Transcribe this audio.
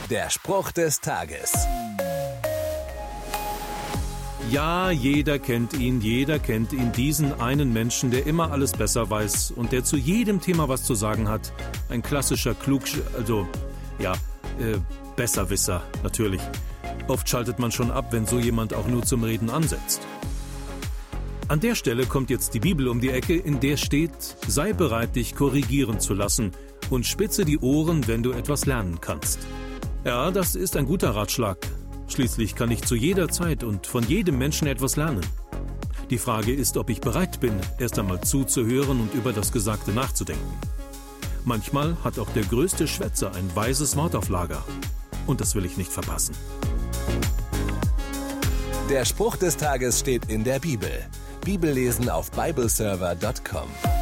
Der Spruch des Tages. Ja, jeder kennt ihn, diesen einen Menschen, der immer alles besser weiß und der zu jedem Thema was zu sagen hat. Ein klassischer Besserwisser, natürlich. Oft schaltet man schon ab, wenn so jemand auch nur zum Reden ansetzt. An der Stelle kommt jetzt die Bibel um die Ecke, in der steht: Sei bereit, dich korrigieren zu lassen und spitze die Ohren, wenn du etwas lernen kannst. Ja, das ist ein guter Ratschlag. Schließlich kann ich zu jeder Zeit und von jedem Menschen etwas lernen. Die Frage ist, ob ich bereit bin, erst einmal zuzuhören und über das Gesagte nachzudenken. Manchmal hat auch der größte Schwätzer ein weises Wort auf Lager. Und das will ich nicht verpassen. Der Spruch des Tages steht in der Bibel. Bibellesen auf bibleserver.com.